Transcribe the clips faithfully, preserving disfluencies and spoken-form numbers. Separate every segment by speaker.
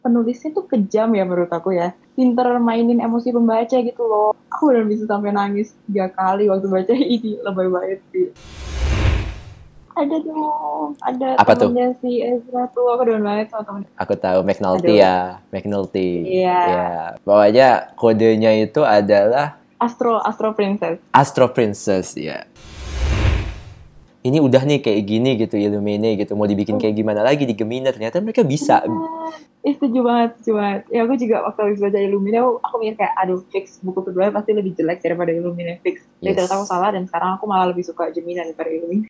Speaker 1: penulisnya tuh kejam ya menurut aku ya. Pinter mainin emosi pembaca gitu loh. Aku udah bisa sampai nangis tiga kali waktu baca ini. Lebay banget sih. Ada dong, ada
Speaker 2: Apa tuh?
Speaker 1: temennya si Ezra tuh. Aku demen banget sama temennya.
Speaker 2: Aku tahu McNulty
Speaker 1: Aduh,
Speaker 2: ya, McNulty.
Speaker 1: iya.
Speaker 2: Ya, pokoknya kodenya itu adalah
Speaker 1: Astro, Astro Princess.
Speaker 2: Astro Princess ya. Ini udah nih kayak gini gitu Illumine gitu, mau dibikin kayak gimana lagi di Gemini, ternyata mereka bisa.
Speaker 1: Eh, setuju banget, setuju banget. Ya aku juga waktu habis baca Illumine, aku, aku mikir kayak, aduh fix buku kedua pasti lebih jelek daripada Illumine fix. Tapi ternyata aku
Speaker 2: Yes.
Speaker 1: salah dan sekarang aku malah lebih suka Gemini daripada Illumine.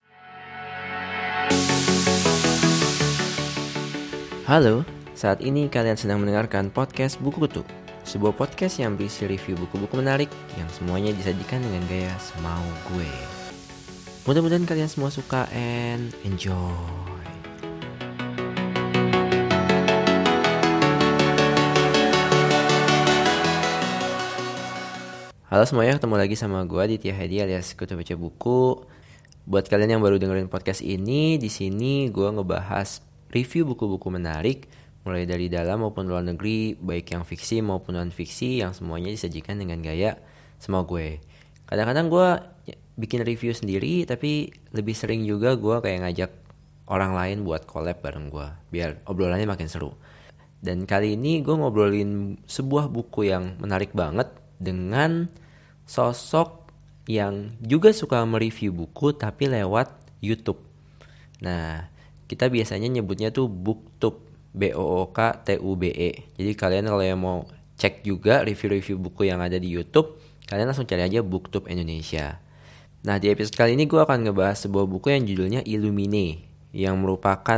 Speaker 2: Halo, saat ini kalian sedang mendengarkan podcast Buku Kutu, sebuah podcast yang berisi review buku-buku menarik yang semuanya disajikan dengan gaya semau gue. Mudah-mudahan kalian semua suka and enjoy. Halo semuanya, ketemu lagi sama gue Aditya Hedi alias Kutu Baca Buku. Buat kalian yang baru dengerin podcast ini, di sini gue ngebahas review buku-buku menarik mulai dari dalam maupun luar negeri, baik yang fiksi maupun non-fiksi, yang semuanya disajikan dengan gaya semau gue. Kadang-kadang gue bikin review sendiri, tapi lebih sering juga gue kayak ngajak orang lain buat collab bareng gue, biar obrolannya makin seru. Dan kali ini gue ngobrolin sebuah buku yang menarik banget dengan sosok yang juga suka mereview buku tapi lewat YouTube. Nah, kita biasanya nyebutnya tuh BookTube, B O O K T U B E. Jadi kalian kalau yang mau cek juga review-review buku yang ada di YouTube, kalian langsung cari aja BookTube Indonesia. Nah, di episode kali ini gue akan ngebahas sebuah buku yang judulnya Illumine, yang merupakan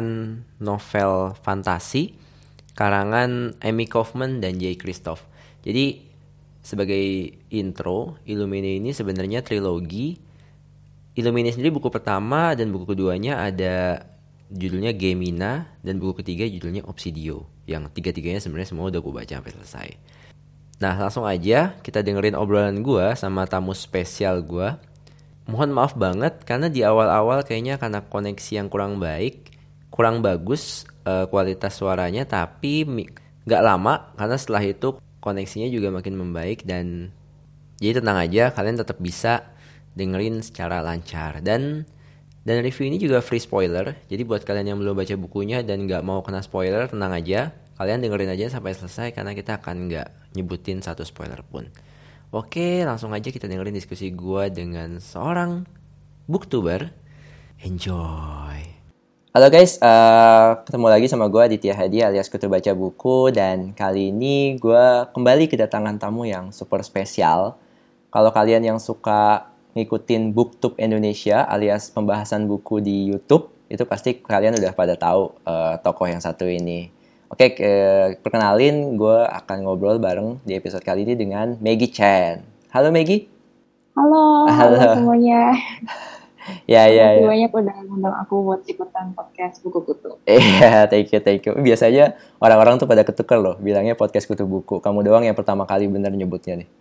Speaker 2: novel fantasi karangan Amy Kaufman dan Jay Kristoff. Jadi sebagai intro, Illumine ini sebenarnya trilogi. Illumine sendiri buku pertama dan buku keduanya ada judulnya Gemina dan buku ketiga judulnya Obsidio. Yang tiga-tiganya sebenarnya semua udah gue baca sampai selesai. Nah, langsung aja kita dengerin obrolan gue sama tamu spesial gue. Mohon maaf banget karena di awal-awal kayaknya karena koneksi yang kurang baik, kurang bagus uh, kualitas suaranya, tapi gak lama karena setelah itu koneksinya juga makin membaik, dan jadi tenang aja, kalian tetap bisa dengerin secara lancar. Dan dan review ini juga free spoiler, jadi buat kalian yang belum baca bukunya dan gak mau kena spoiler, tenang aja, kalian dengerin aja sampai selesai karena kita akan gak nyebutin satu spoiler pun. Oke, langsung aja kita dengerin diskusi gue dengan seorang booktuber. Enjoy. Halo guys, uh, ketemu lagi sama gue Aditya Hadi alias Kutu Baca Buku. Dan kali ini gue kembali kedatangan tamu yang super spesial. Kalau kalian yang suka ngikutin BookTube Indonesia alias pembahasan buku di YouTube, itu pasti kalian udah pada tahu uh, tokoh yang satu ini. Oke, ke, perkenalin, gue akan ngobrol bareng di episode kali ini dengan Maggie Chan. Halo Maggie.
Speaker 1: Halo, halo, halo semuanya.
Speaker 2: Ya, ya, ya.
Speaker 1: Terima kasih banyak udah ngundang aku buat ikutan podcast Buku Kutu.
Speaker 2: Iya, thank you, thank you. Biasanya orang-orang tuh pada ketukar loh, bilangnya podcast Kutu Buku. Kamu doang yang pertama kali bener nyebutnya nih.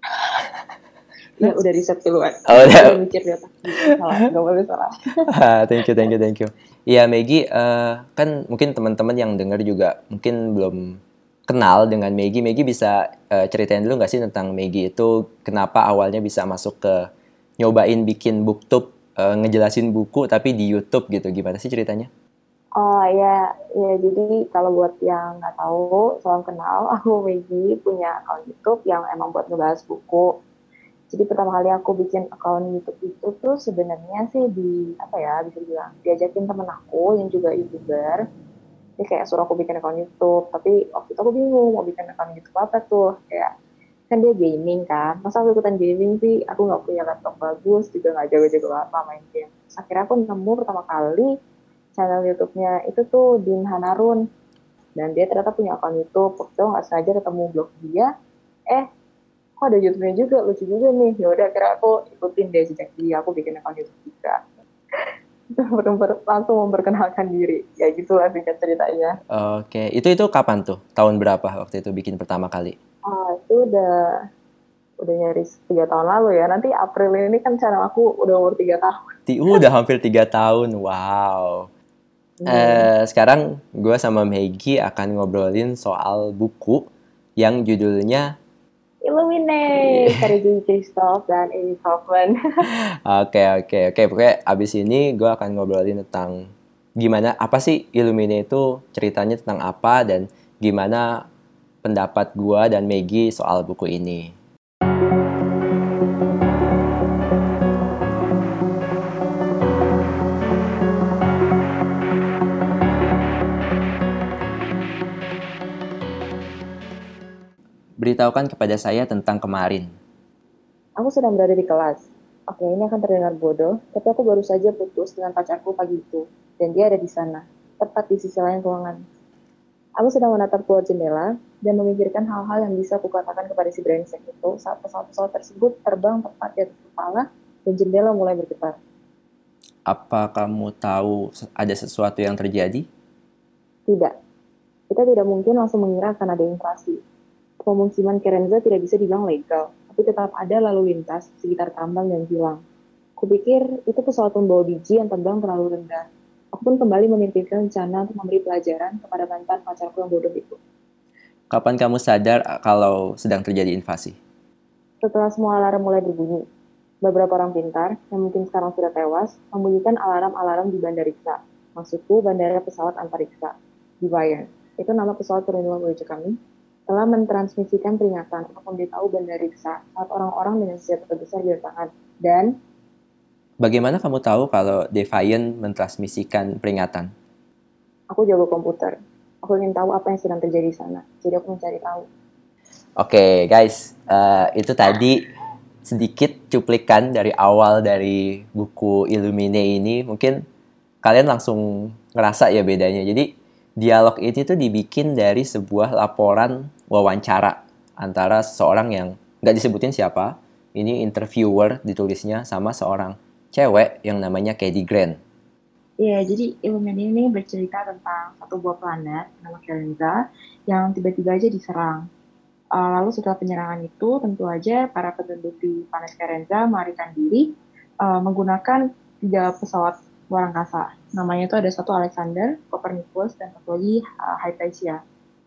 Speaker 1: Ya udah riset duluan.
Speaker 2: Oh, udah.
Speaker 1: Udah mikir di otak. Salah, gak boleh salah.
Speaker 2: Thank you, thank you, thank you. Iya Maggie, uh, kan mungkin teman-teman yang dengar juga mungkin belum kenal dengan Maggie. Maggie bisa uh, ceritain dulu nggak sih tentang Maggie itu, kenapa awalnya bisa masuk ke nyobain bikin BookTube, uh, ngejelasin buku tapi di YouTube gitu, gimana sih ceritanya?
Speaker 1: Oh ya, ya jadi kalau buat yang nggak tahu, salam kenal, aku Maggie punya akun YouTube yang emang buat ngebahas buku. Jadi pertama kali aku bikin akun YouTube itu tuh sebenarnya sih di apa ya bisa bilang diajakin temen aku yang juga YouTuber. Dia kayak suruh aku bikin akun YouTube, tapi waktu itu aku bingung mau bikin akun YouTube apa tuh, kayak kan dia gaming kan, masa aku ikutan gaming sih, aku nggak punya laptop bagus juga nggak jago-jago apa main game. Terus akhirnya aku nemu pertama kali channel YouTube-nya itu tuh Din Hanarun, dan dia ternyata punya akun YouTube. Waktu itu nggak sengaja ketemu blog dia, eh kok ada YouTube-nya juga, lucu juga nih. Ya udah akhirnya aku ikutin deh jejak dia, aku bikin akun YouTube juga. Langsung memperkenalkan diri, ya gitulah singkat ceritanya.
Speaker 2: Oke, itu itu kapan tuh? Tahun berapa waktu itu bikin pertama kali?
Speaker 1: Ah, itu udah udah nyaris tiga tahun lalu ya. Nanti April ini kan channel aku udah umur tiga tahun.
Speaker 2: Udah hampir tiga tahun, wow.
Speaker 1: Hmm.
Speaker 2: Eh, sekarang gue sama Maggie akan ngobrolin soal buku yang judulnya
Speaker 1: Illuminate, karya J. Kristoff dan Amy Kaufman.
Speaker 2: Oke oke oke pokoknya abis ini gue akan ngobrolin tentang gimana apa sih Illuminate itu, ceritanya tentang apa, dan gimana pendapat gue dan Maggie soal buku ini. Beritahukan kepada saya tentang kemarin.
Speaker 1: Aku sedang berada di kelas. Oke, ini akan terdengar bodoh, tapi aku baru saja putus dengan pacarku pagi itu, dan dia ada di sana, tepat di sisi lain ruangan. Aku sedang menatap keluar jendela dan memikirkan hal-hal yang bisa aku katakan kepada si brengsek itu saat pesawat-pesawat tersebut terbang tepat di atas kepala dan jendela mulai bergetar.
Speaker 2: Apa kamu tahu ada sesuatu yang terjadi?
Speaker 1: Tidak, kita tidak mungkin langsung mengira akan ada invasi. Pemukiman Kerenza tidak bisa dibilang legal, tapi tetap ada lalu lintas sekitar tambang dan kilang. Kupikir itu pesawat membawa biji yang terbang terlalu rendah. Aku pun kembali memikirkan rencana untuk memberi pelajaran kepada mantan pacarku yang bodoh itu.
Speaker 2: Kapan kamu sadar kalau sedang terjadi invasi?
Speaker 1: Setelah semua alarm mulai berbunyi, beberapa orang pintar, yang mungkin sekarang sudah tewas, membunyikan alarm-alarm di Bandariksa. Maksudku, Bandara Pesawat Antariksa, di Bayern. Itu nama pesawat perlindungan menuju kami, telah mentransmisikan peringatan untuk memberitahu Bandariksa saat orang-orang dengan senjata besar berdatangan. Dan
Speaker 2: Bagaimana kamu tahu kalau Defiant mentransmisikan peringatan?
Speaker 1: aku jago komputer. Aku ingin tahu apa yang sedang terjadi di sana. Jadi aku mencari tahu.
Speaker 2: Oke okay, guys, uh, itu tadi sedikit cuplikan dari awal dari buku Illuminae ini. Mungkin kalian langsung ngerasa ya bedanya. Jadi dialog ini tuh dibikin dari sebuah laporan wawancara antara seseorang yang nggak disebutin siapa. Ini interviewer ditulisnya sama seorang cewek yang namanya Cady Grant.
Speaker 1: Iya, jadi Illuminati ini bercerita tentang satu buah planet nama Kerenza yang tiba-tiba aja diserang. Uh, lalu setelah penyerangan itu, tentu aja para penduduk di planet Kerenza melarikan diri uh, menggunakan tiga pesawat luar angkasa. Namanya itu ada satu Alexander, Copernicus, dan satu lagi uh, Hypatia.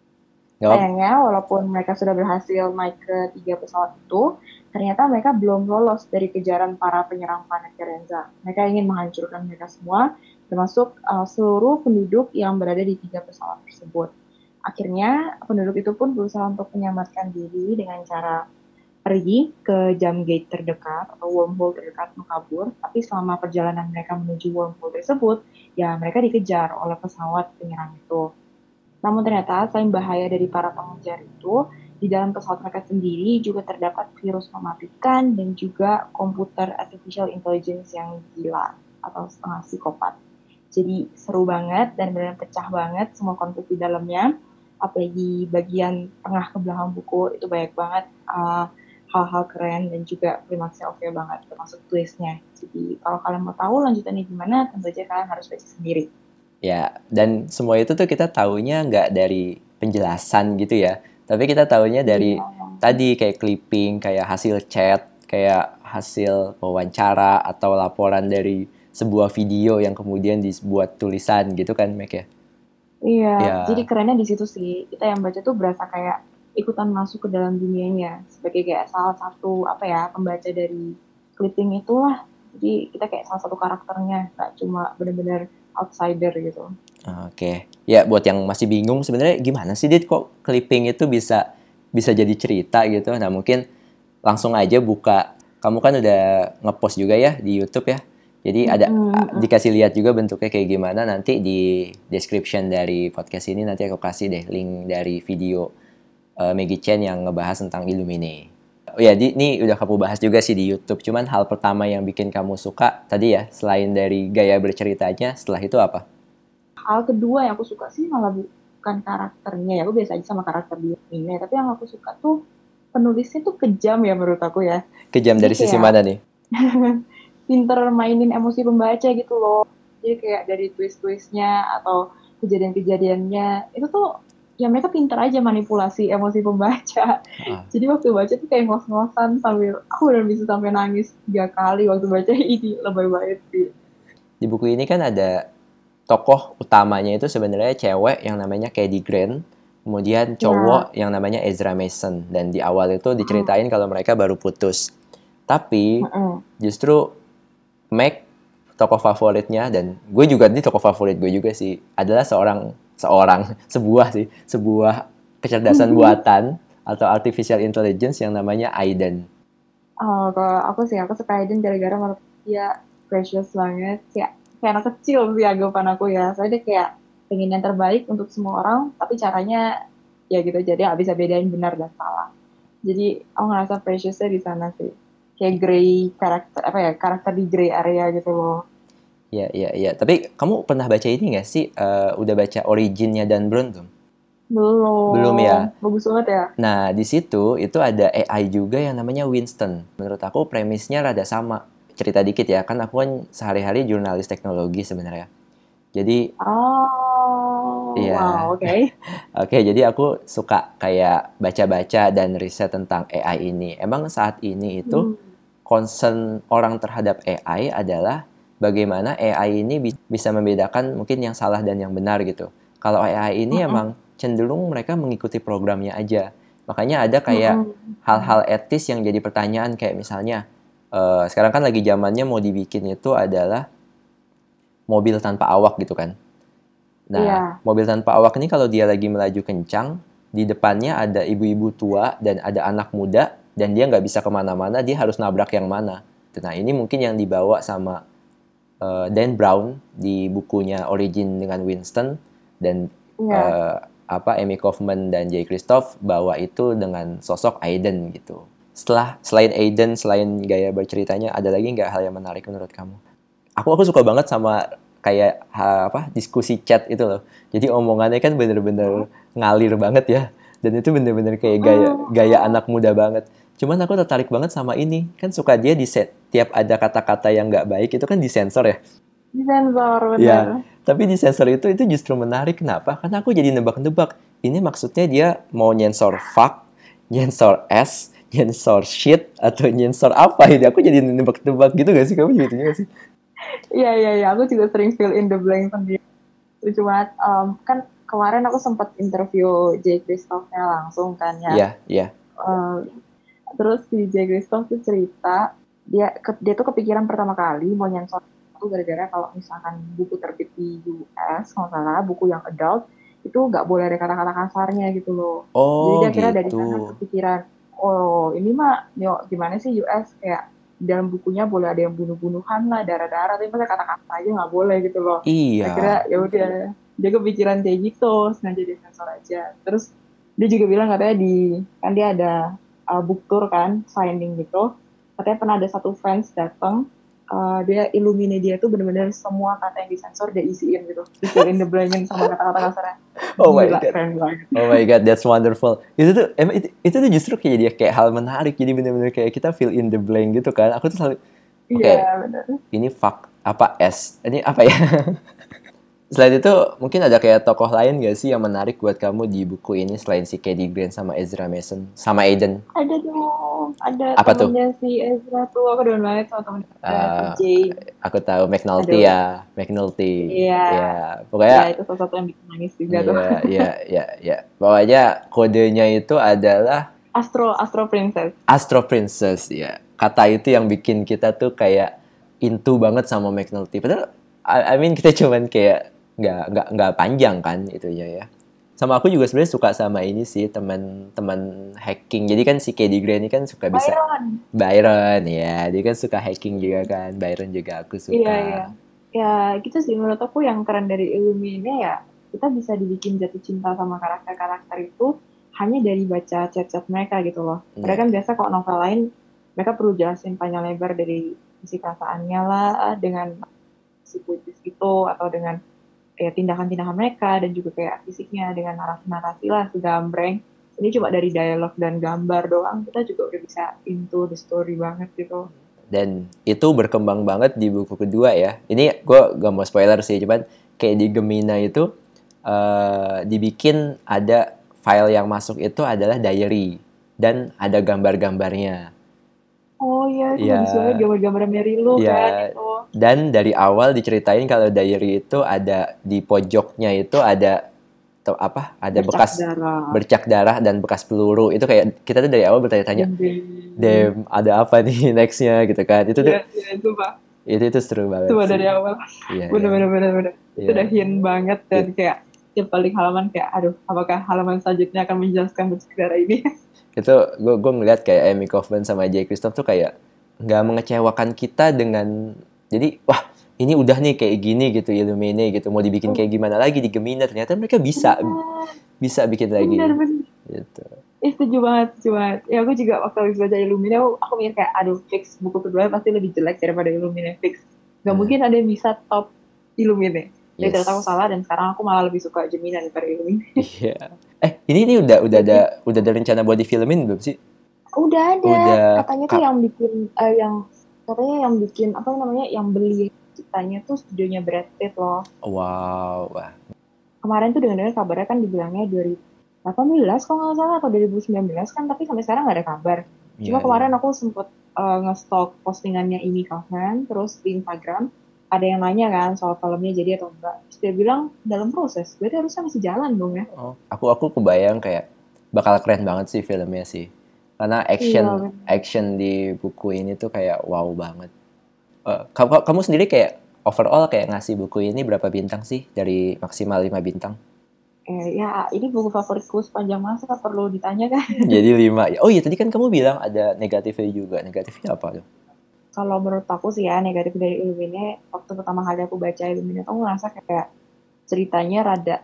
Speaker 1: Sayangnya, walaupun mereka sudah berhasil naik ke tiga pesawat itu, ternyata mereka belum lolos dari kejaran para penyerang planet Kerenza. Mereka ingin menghancurkan mereka semua, termasuk uh, seluruh penduduk yang berada di tiga pesawat tersebut. Akhirnya, penduduk itu pun berusaha untuk menyelamatkan diri dengan cara pergi ke jam gate terdekat atau wormhole terdekat untuk kabur. Tapi selama perjalanan mereka menuju wormhole tersebut, ya mereka dikejar oleh pesawat penyerang itu. Namun ternyata selain bahaya dari para pengejar itu, di dalam pesawat mereka sendiri juga terdapat virus mematikan dan juga komputer artificial intelligence yang gila atau setengah psikopat. Jadi seru banget dan benar-benar pecah banget semua konflik di dalamnya. Apalagi bagian tengah ke belakang buku itu banyak banget uh, hal-hal keren dan juga klimaksnya oke banget, termasuk twistnya. Jadi kalau kalian mau tahu lanjutannya gimana, tentu aja kalian harus baca sendiri.
Speaker 2: Ya, dan semua itu tuh kita taunya nggak dari penjelasan gitu ya. Tapi kita taunya dari
Speaker 1: Iya.
Speaker 2: tadi kayak clipping, kayak hasil chat, kayak hasil wawancara atau laporan dari sebuah video yang kemudian dibuat tulisan gitu kan, Mac ya?
Speaker 1: Iya, jadi
Speaker 2: Ya,
Speaker 1: kerennya di situ sih. Kita yang baca tuh berasa kayak ikutan masuk ke dalam dunianya sebagai kayak salah satu apa ya pembaca dari clipping itulah. Jadi kita kayak salah satu karakternya, nggak cuma benar-benar outsider gitu.
Speaker 2: oke. Okay. Ya, buat yang masih bingung sebenarnya gimana sih Dit kok clipping itu bisa bisa jadi cerita gitu. Nah, mungkin langsung aja buka. Kamu kan udah ngepost juga ya di YouTube ya. Jadi ada
Speaker 1: Mm-mm.
Speaker 2: dikasih lihat juga bentuknya kayak gimana, nanti di description dari podcast ini nanti aku kasih deh link dari video uh, Maggie Chen yang ngebahas tentang Illuminae. Oh ya, di, ini udah kamu bahas juga sih di YouTube. Cuman hal pertama yang bikin kamu suka tadi ya, selain dari gaya berceritanya, setelah itu apa?
Speaker 1: Hal kedua yang aku suka sih malah bukan karakternya ya. Aku biasa aja sama karakter di ini, tapi yang aku suka tuh penulisnya tuh kejam ya menurut aku ya.
Speaker 2: Kejam
Speaker 1: Jadi
Speaker 2: dari sisi
Speaker 1: kayak
Speaker 2: mana nih?
Speaker 1: pinter mainin emosi pembaca gitu loh. Jadi kayak dari twist-twistnya atau kejadian-kejadiannya itu tuh ya mereka pinter aja manipulasi emosi pembaca.
Speaker 2: Ah,
Speaker 1: Jadi waktu baca tuh kayak ngos-ngosan sambil aku udah bisa sampai nangis tiga kali waktu baca ini lebay banget sih.
Speaker 2: di buku ini kan ada tokoh utamanya itu sebenarnya cewek yang namanya Cady Grant, kemudian cowok
Speaker 1: Ya.
Speaker 2: yang namanya Ezra Mason. Dan di awal itu
Speaker 1: Mm-mm.
Speaker 2: diceritain kalau mereka baru putus. Tapi
Speaker 1: Mm-mm.
Speaker 2: justru Meg, tokoh favoritnya, dan gue juga nih tokoh favorit gue juga sih, adalah seorang seorang sebuah sih sebuah kecerdasan buatan atau artificial intelligence yang namanya Aiden.
Speaker 1: Oh, kalau aku sih, aku suka Aiden gara-gara menurut dia precious banget. Kayak, kayak anak kecil sih anggapan aku ya. Soalnya dia kayak pengen yang terbaik untuk semua orang, tapi caranya ya gitu. Jadi nggak bisa bedain benar dan salah. Jadi aku ngerasa preciousnya di sana sih. Kayak gray karakter, apa ya, karakter di gray area gitu loh.
Speaker 2: Ya, ya, ya. Tapi kamu pernah baca ini nggak sih? Eh, udah baca Originnya Dan Brown belum? Belum
Speaker 1: Belum.
Speaker 2: ya.
Speaker 1: Bagus banget ya.
Speaker 2: Nah, di situ itu ada A I juga yang namanya Winston. Menurut aku premisnya rada sama. Cerita dikit ya, kan aku kan sehari-hari jurnalis teknologi sebenarnya. Jadi,
Speaker 1: Oh, wow,
Speaker 2: iya.
Speaker 1: oke. Okay.
Speaker 2: Oke, jadi aku suka kayak baca-baca dan riset tentang A I ini. Emang saat ini itu
Speaker 1: Hmm.
Speaker 2: concern orang terhadap A I adalah bagaimana A I ini bisa membedakan mungkin yang salah dan yang benar gitu. Kalau A I ini
Speaker 1: Mm-mm.
Speaker 2: emang cenderung mereka mengikuti programnya aja. Makanya ada kayak
Speaker 1: Mm-mm.
Speaker 2: hal-hal etis yang jadi pertanyaan kayak misalnya, uh, sekarang kan lagi zamannya mau dibikin itu adalah mobil tanpa awak gitu kan. Nah,
Speaker 1: Iya.
Speaker 2: mobil tanpa awak ini kalau dia lagi melaju kencang, di depannya ada ibu-ibu tua dan ada anak muda, dan dia nggak bisa kemana-mana, dia harus nabrak yang mana. Nah, ini mungkin yang dibawa sama uh, Dan Brown di bukunya Origin dengan Winston, dan
Speaker 1: Iya.
Speaker 2: uh, apa Amy Kaufman dan Jay Kristoff bawa itu dengan sosok Aiden gitu. Setelah selain Aiden, selain gaya berceritanya, ada lagi nggak hal yang menarik menurut kamu? Aku aku suka banget sama kayak ha, apa diskusi chat itu loh. Jadi omongannya kan bener-bener ngalir banget ya. Dan itu bener-bener kayak gaya gaya
Speaker 1: Mm-mm.
Speaker 2: anak muda banget. Cuman aku tertarik banget sama ini. Kan suka dia di set tiap ada kata-kata yang nggak baik itu kan disensor ya.
Speaker 1: Disensor, bener.
Speaker 2: Ya, tapi di sensor itu itu justru menarik. Kenapa? Karena aku jadi nebak-nebak. Ini maksudnya dia mau nyensor fuck, nyensor s, nyensor shit, atau nyensor apa ini? Aku jadi nebak-nebak gitu gak sih? Kamu juga gitu gak sih?
Speaker 1: Iya, iya, iya. Aku juga sering fill in the blank sendiri. Lucu banget. Um, kan kemarin aku sempat interview Jay Kristoff-nya langsung kan ya.
Speaker 2: Iya, iya.
Speaker 1: Um, terus si Jay Kristoff tuh cerita, dia ke, dia tuh kepikiran pertama kali mau nyensor itu gara-gara kalau misalkan buku terbit di U S, kalau salah, buku yang adult, itu nggak boleh ada kata-kata kasarnya gitu loh. Jadi
Speaker 2: Oh,
Speaker 1: dia kira dari
Speaker 2: gitu.
Speaker 1: sana kepikiran, oh ini mah yo, gimana sih U S kayak dalam bukunya boleh ada yang bunuh-bunuhan lah, darah-darah, tapi masa kata-kata aja nggak boleh gitu loh. Akhirnya
Speaker 2: Iya.
Speaker 1: ya udah, dia kepikiran kayak gitu, sengaja disensor aja. Terus dia juga bilang katanya di, kan dia ada uh, book tour kan, signing gitu. Katanya pernah ada satu fans datang, uh, dia Illumine dia tuh bener-bener semua kata yang disensor dia isiin gitu, di fill in the blank sama kata-kata kasarnya.
Speaker 2: Oh my
Speaker 1: Gila,
Speaker 2: god.
Speaker 1: keren banget.
Speaker 2: Oh my god, that's wonderful. Itu tuh emang itu, itu tuh justru kayak dia kayak hal menarik. Jadi bener-bener kayak kita fill in the blank gitu kan. Aku tuh selalu oke,
Speaker 1: Iya,
Speaker 2: okay,
Speaker 1: bener.
Speaker 2: ini fuck apa S? Ini apa ya? Selain itu, mungkin ada kayak tokoh lain gak sih yang menarik buat kamu di buku ini selain si Cady Grant sama Ezra Mason sama Aiden?
Speaker 1: Ada dong, ada
Speaker 2: Apa tuh?
Speaker 1: temennya si Ezra tuh, aku demen banget sama temennya si
Speaker 2: Uh,
Speaker 1: Jane.
Speaker 2: aku tahu McNulty
Speaker 1: Aduh,
Speaker 2: ya, McNulty.
Speaker 1: iya,
Speaker 2: Ya,
Speaker 1: ya
Speaker 2: pokoknya
Speaker 1: itu salah satu yang bikin nangis juga tuh.
Speaker 2: iya, iya, iya, iya. Pokoknya kodenya itu adalah
Speaker 1: Astro, Astro Princess.
Speaker 2: Astro Princess ya. Kata itu yang bikin kita tuh kayak into banget sama McNulty. Padahal I, I mean kita cuman kayak nggak nggak nggak panjang kan itunya ya. Sama aku juga sebenarnya suka sama ini sih teman-teman hacking. Jadi kan si Cady Grant ini kan suka bisa
Speaker 1: Byron.
Speaker 2: Byron ya. Dia kan suka hacking juga kan. Byron juga aku
Speaker 1: Iya, iya.
Speaker 2: suka.
Speaker 1: Ya gitu sih menurut aku yang keren dari Illumi ini ya, kita bisa dibikin jatuh cinta sama karakter-karakter itu hanya dari baca chat-chat mereka gitu loh. Mereka
Speaker 2: Ya.
Speaker 1: kan biasa kalau novel lain, mereka perlu jelasin panjang lebar dari isi perasaannya lah, dengan si puitis gitu, atau dengan kayak tindakan-tindakan mereka, dan juga kayak fisiknya, dengan narasi-narasi lah, segambreng. Ini cuma dari dialog dan gambar doang, kita juga udah bisa into the story banget gitu.
Speaker 2: Dan itu berkembang banget di buku kedua ya. Ini gue gak mau spoiler sih, cuman kayak di Gemina itu uh, dibikin ada file yang masuk itu adalah diary dan ada gambar-gambarnya.
Speaker 1: Oh iya, itu
Speaker 2: Ya,
Speaker 1: bagus banget gambar-gambar Mary Lou
Speaker 2: ya,
Speaker 1: kan itu.
Speaker 2: Dan dari awal diceritain kalau diary itu ada di pojoknya itu ada atau apa? Ada
Speaker 1: Bercak
Speaker 2: bekas
Speaker 1: darah.
Speaker 2: bercak darah dan bekas peluru. Itu kayak kita tuh dari awal bertanya-tanya, damn, ada apa nih nextnya gitu kan? Itu tuh,
Speaker 1: Iya, iya, itu Pak.
Speaker 2: itu itu seru banget
Speaker 1: Coba
Speaker 2: sih.
Speaker 1: dari awal.
Speaker 2: Iya,
Speaker 1: Bener-bener
Speaker 2: iya.
Speaker 1: bener-bener. Itu
Speaker 2: Iya.
Speaker 1: udah hint banget dan kayak tiap balik halaman kayak, aduh, apakah halaman selanjutnya akan menjelaskan bercak darah ini?
Speaker 2: Itu gue gue ngeliat kayak Amy Kaufman sama Jay Kristoff tuh kayak nggak mengecewakan kita dengan, jadi wah ini udah nih kayak gini gitu Illumine gitu, mau dibikin kayak gimana lagi di Gemini, ternyata mereka bisa
Speaker 1: Bener,
Speaker 2: bisa bikin lagi
Speaker 1: bener, bener.
Speaker 2: gitu.
Speaker 1: Eh, setuju banget, setuju banget. Ya aku juga waktu habis baca Illumine, aku, aku mikir kayak, aduh, fix buku kedua pasti lebih jelek daripada Illumine, fix. Gak
Speaker 2: Hmm.
Speaker 1: mungkin ada yang bisa top Illumine. Jadi
Speaker 2: Yes.
Speaker 1: ternyata aku salah dan sekarang aku malah lebih suka Gemini daripada Illumine.
Speaker 2: Iya. Eh ini nih udah udah ada udah ada rencana buat difilmin belum sih?
Speaker 1: Udah ada,
Speaker 2: Udah.
Speaker 1: katanya tuh
Speaker 2: Kap-
Speaker 1: yang bikin, eh, yang katanya yang bikin apa namanya, yang beli ciptanya tuh studionya Brad Pitt loh.
Speaker 2: Wow. Wah.
Speaker 1: Kemarin tuh dengar-dengar kabarnya kan dibilangnya dua ribu delapan belas kalau nggak salah atau dua ribu sembilan belas kan, tapi sampai sekarang nggak ada kabar. Cuma
Speaker 2: Iya,
Speaker 1: kemarin
Speaker 2: iya.
Speaker 1: aku sempet uh, nge-stalk postingannya Amy Kaufman terus di Instagram, ada yang nanya kan soal filmnya jadi atau enggak. Terus dia bilang dalam proses, berarti harusnya masih jalan dong ya.
Speaker 2: Oh, aku aku kebayang kayak bakal keren banget sih filmnya sih. Karena action
Speaker 1: Iya, bener.
Speaker 2: action di buku ini tuh kayak wow banget. Eh, kamu kamu sendiri kayak overall kayak ngasih buku ini berapa bintang sih dari maksimal lima bintang?
Speaker 1: Eh, ya ini buku favoritku sepanjang masa, perlu ditanya kan.
Speaker 2: Jadi lima. Oh iya tadi kan kamu bilang ada negatifnya juga. Negatifnya apa tuh?
Speaker 1: Kalau menurut aku sih ya, negatif dari Illumine, waktu pertama kali aku baca Illumine, aku ngerasa kayak ceritanya rada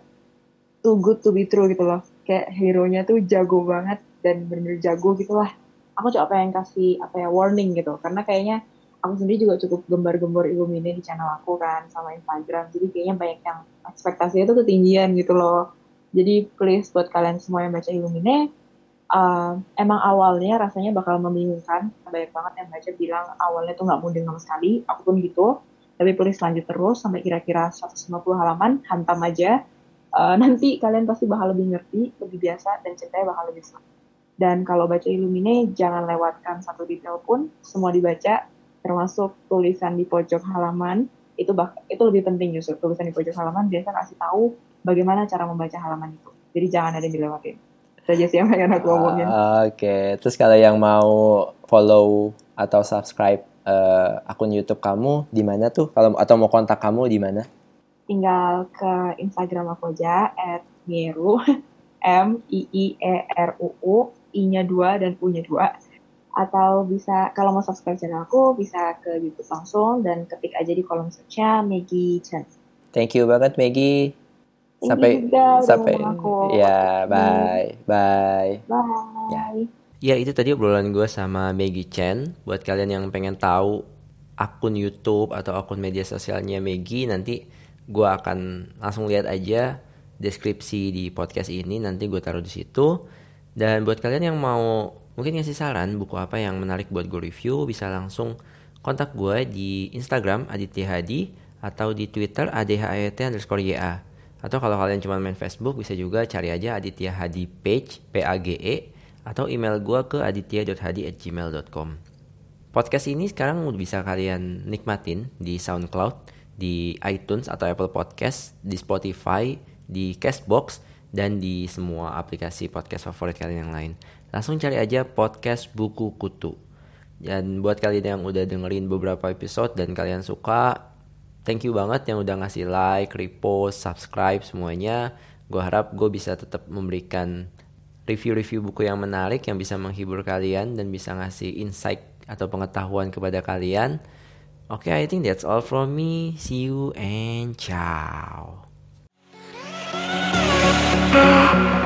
Speaker 1: too good to be true gitu loh. Kayak hero-nya tuh jago banget dan bener-bener jago gitu lah. Aku coba pengen kasih apa ya, warning gitu. Karena kayaknya aku sendiri juga cukup gembar-gembor Illumine di channel aku kan, sama Instagram. Jadi kayaknya banyak yang ekspektasinya tuh ketinggian gitu loh. Jadi please buat kalian semua yang baca Illumine, Uh, emang awalnya rasanya bakal membingungkan. Banyak banget yang baca bilang awalnya tuh nggak mudeng sama sekali, aku pun gitu. Tapi please lanjut terus sampai kira-kira seratus lima puluh halaman, hantam aja. Uh, nanti kalian pasti bakal lebih ngerti, lebih biasa, dan ceritanya bakal lebih seru. Dan kalau baca Illumine, jangan lewatkan satu detail pun, semua dibaca, termasuk tulisan di pojok halaman. Itu bah- itu lebih penting justru, tulisan di pojok halaman biasa kasih tahu bagaimana cara membaca halaman itu. Jadi jangan ada yang dilewatin. Itu aja sih yang pengen aku omongin.
Speaker 2: Ah, Oke, okay. Terus kalau yang mau follow atau subscribe uh, akun YouTube kamu di mana tuh? Kalau atau mau kontak kamu di mana?
Speaker 1: Tinggal ke Instagram aku aja at mieru M I I E R U U, I-nya dua dan U-nya dua. Atau bisa kalau mau subscribe channel aku bisa ke YouTube langsung dan ketik aja di kolom search-nya Maggie Chen.
Speaker 2: Thank you banget Maggie.
Speaker 1: Thank
Speaker 2: sampai
Speaker 1: you juga udah
Speaker 2: sampai
Speaker 1: ngomong aku.
Speaker 2: ya bye bye
Speaker 1: Bye.
Speaker 2: ya. Ya itu tadi obrolan gue sama Maggie Chen. Buat kalian yang pengen tahu akun YouTube atau akun media sosialnya Maggie, nanti gue akan langsung lihat aja deskripsi di podcast ini, nanti gue taruh di situ. Dan buat kalian yang mau mungkin ngasih saran buku apa yang menarik buat gue review, bisa langsung kontak gue di Instagram Aditya Hadi atau di Twitter A D H I T underscore Y A. Atau kalau kalian cuma main Facebook, bisa juga cari aja Aditya Hadi Page, P A G E, atau email gue ke aditya dot hadi at gmail dot com. Podcast ini sekarang bisa kalian nikmatin di SoundCloud, di iTunes atau Apple Podcast, di Spotify, di Castbox, dan di semua aplikasi podcast favorit kalian yang lain. Langsung cari aja podcast Buku Kutu. Dan buat kalian yang udah dengerin beberapa episode dan kalian suka, thank you banget yang udah ngasih like, repost, subscribe semuanya. Gue harap gue bisa tetap memberikan review-review buku yang menarik, yang bisa menghibur kalian dan bisa ngasih insight atau pengetahuan kepada kalian. Oke, okay, I think that's all from me. See you and ciao.